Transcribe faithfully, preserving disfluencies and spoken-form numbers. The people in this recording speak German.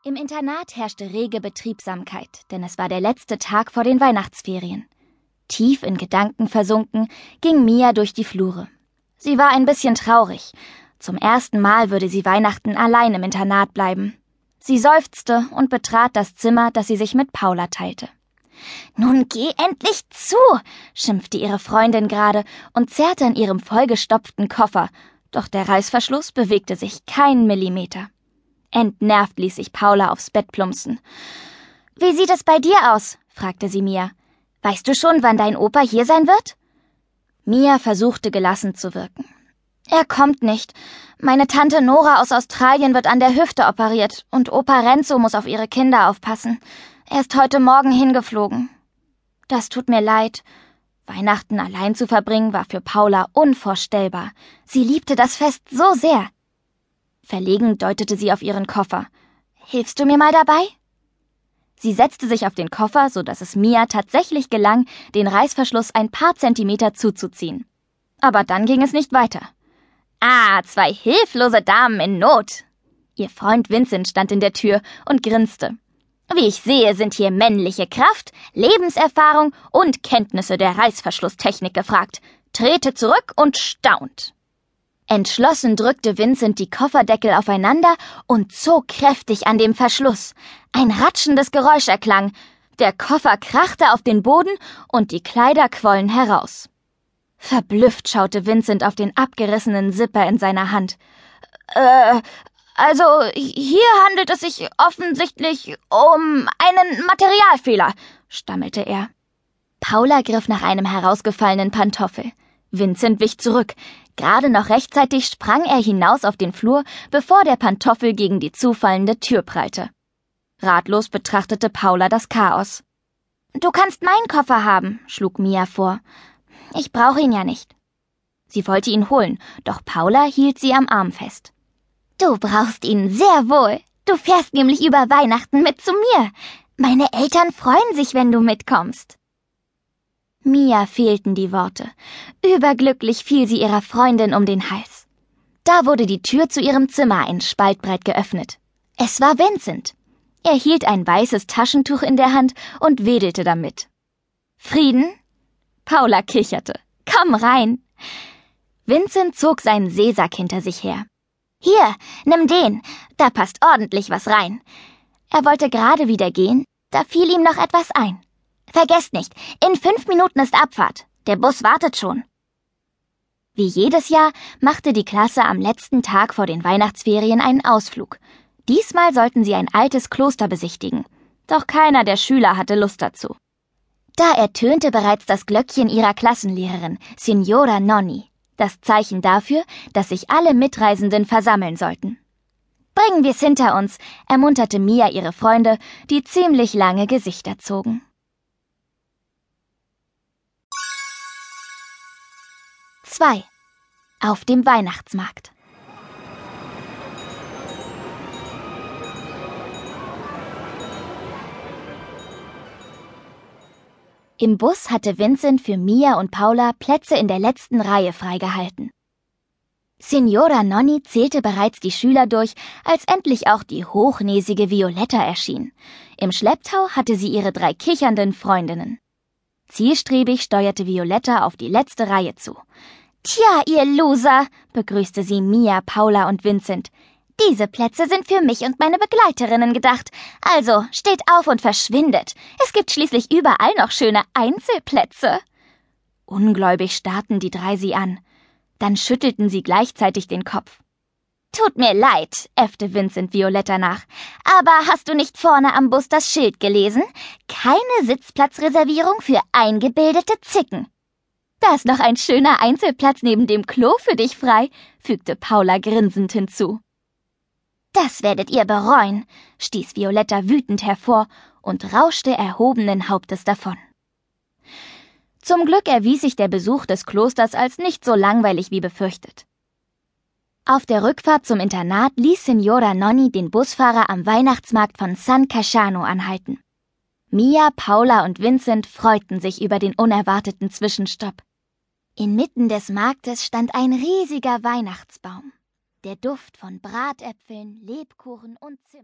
Im Internat herrschte rege Betriebsamkeit, denn es war der letzte Tag vor den Weihnachtsferien. Tief in Gedanken versunken, ging Mia durch die Flure. Sie war ein bisschen traurig. Zum ersten Mal würde sie Weihnachten allein im Internat bleiben. Sie seufzte und betrat das Zimmer, das sie sich mit Paula teilte. »Nun geh endlich zu«, schimpfte ihre Freundin gerade und zerrte an ihrem vollgestopften Koffer, doch der Reißverschluss bewegte sich keinen Millimeter. Entnervt ließ sich Paula aufs Bett plumpsen. »Wie sieht es bei dir aus?«, fragte sie Mia. »Weißt du schon, wann dein Opa hier sein wird?« Mia versuchte gelassen zu wirken. »Er kommt nicht. Meine Tante Nora aus Australien wird an der Hüfte operiert und Opa Renzo muss auf ihre Kinder aufpassen. Er ist heute Morgen hingeflogen.« »Das tut mir leid.« Weihnachten allein zu verbringen war für Paula unvorstellbar. Sie liebte das Fest so sehr. Verlegen deutete sie auf ihren Koffer. »Hilfst du mir mal dabei?« Sie setzte sich auf den Koffer, so dass es Mia tatsächlich gelang, den Reißverschluss ein paar Zentimeter zuzuziehen. Aber dann ging es nicht weiter. »Ah, zwei hilflose Damen in Not!« Ihr Freund Vincent stand in der Tür und grinste. »Wie ich sehe, sind hier männliche Kraft, Lebenserfahrung und Kenntnisse der Reißverschlusstechnik gefragt. Trete zurück und staunt!« Entschlossen drückte Vincent die Kofferdeckel aufeinander und zog kräftig an dem Verschluss. Ein ratschendes Geräusch erklang. Der Koffer krachte auf den Boden und die Kleider quollen heraus. Verblüfft schaute Vincent auf den abgerissenen Zipper in seiner Hand. Äh, also hier handelt es sich offensichtlich um einen Materialfehler, stammelte er. Paula griff nach einem herausgefallenen Pantoffel. Vincent wich zurück. Gerade noch rechtzeitig sprang er hinaus auf den Flur, bevor der Pantoffel gegen die zufallende Tür prallte. Ratlos betrachtete Paula das Chaos. »Du kannst meinen Koffer haben«, schlug Mia vor. »Ich brauche ihn ja nicht.« Sie wollte ihn holen, doch Paula hielt sie am Arm fest. »Du brauchst ihn sehr wohl. Du fährst nämlich über Weihnachten mit zu mir. Meine Eltern freuen sich, wenn du mitkommst.« Mia fehlten die Worte. Überglücklich fiel sie ihrer Freundin um den Hals. Da wurde die Tür zu ihrem Zimmer ein Spalt breit geöffnet. Es war Vincent. Er hielt ein weißes Taschentuch in der Hand und wedelte damit. »Frieden?« Paula kicherte. »Komm rein!« Vincent zog seinen Seesack hinter sich her. »Hier, nimm den, da passt ordentlich was rein.« Er wollte gerade wieder gehen, da fiel ihm noch etwas ein. »Vergesst nicht, in fünf Minuten ist Abfahrt. Der Bus wartet schon.« Wie jedes Jahr machte die Klasse am letzten Tag vor den Weihnachtsferien einen Ausflug. Diesmal sollten sie ein altes Kloster besichtigen. Doch keiner der Schüler hatte Lust dazu. Da ertönte bereits das Glöckchen ihrer Klassenlehrerin, Signora Nonni. Das Zeichen dafür, dass sich alle Mitreisenden versammeln sollten. »Bringen wir's hinter uns«, ermunterte Mia ihre Freunde, die ziemlich lange Gesichter zogen. zwei. Auf dem Weihnachtsmarkt. Im Bus hatte Vincent für Mia und Paula Plätze in der letzten Reihe freigehalten. Signora Nonni zählte bereits die Schüler durch, als endlich auch die hochnäsige Violetta erschien. Im Schlepptau hatte sie ihre drei kichernden Freundinnen. Zielstrebig steuerte Violetta auf die letzte Reihe zu. »Tja, ihr Loser«, begrüßte sie Mia, Paula und Vincent. »Diese Plätze sind für mich und meine Begleiterinnen gedacht. Also, steht auf und verschwindet. Es gibt schließlich überall noch schöne Einzelplätze.« Ungläubig starrten die drei sie an. Dann schüttelten sie gleichzeitig den Kopf. »Tut mir leid«, äffte Vincent Violetta nach. »Aber hast du nicht vorne am Bus das Schild gelesen? Keine Sitzplatzreservierung für eingebildete Zicken.« »Da ist noch ein schöner Einzelplatz neben dem Klo für dich frei«, fügte Paula grinsend hinzu. »Das werdet ihr bereuen«, stieß Violetta wütend hervor und rauschte erhobenen Hauptes davon. Zum Glück erwies sich der Besuch des Klosters als nicht so langweilig wie befürchtet. Auf der Rückfahrt zum Internat ließ Signora Nonni den Busfahrer am Weihnachtsmarkt von San Casciano anhalten. Mia, Paula und Vincent freuten sich über den unerwarteten Zwischenstopp. Inmitten des Marktes stand ein riesiger Weihnachtsbaum. Der Duft von Bratäpfeln, Lebkuchen und Zimt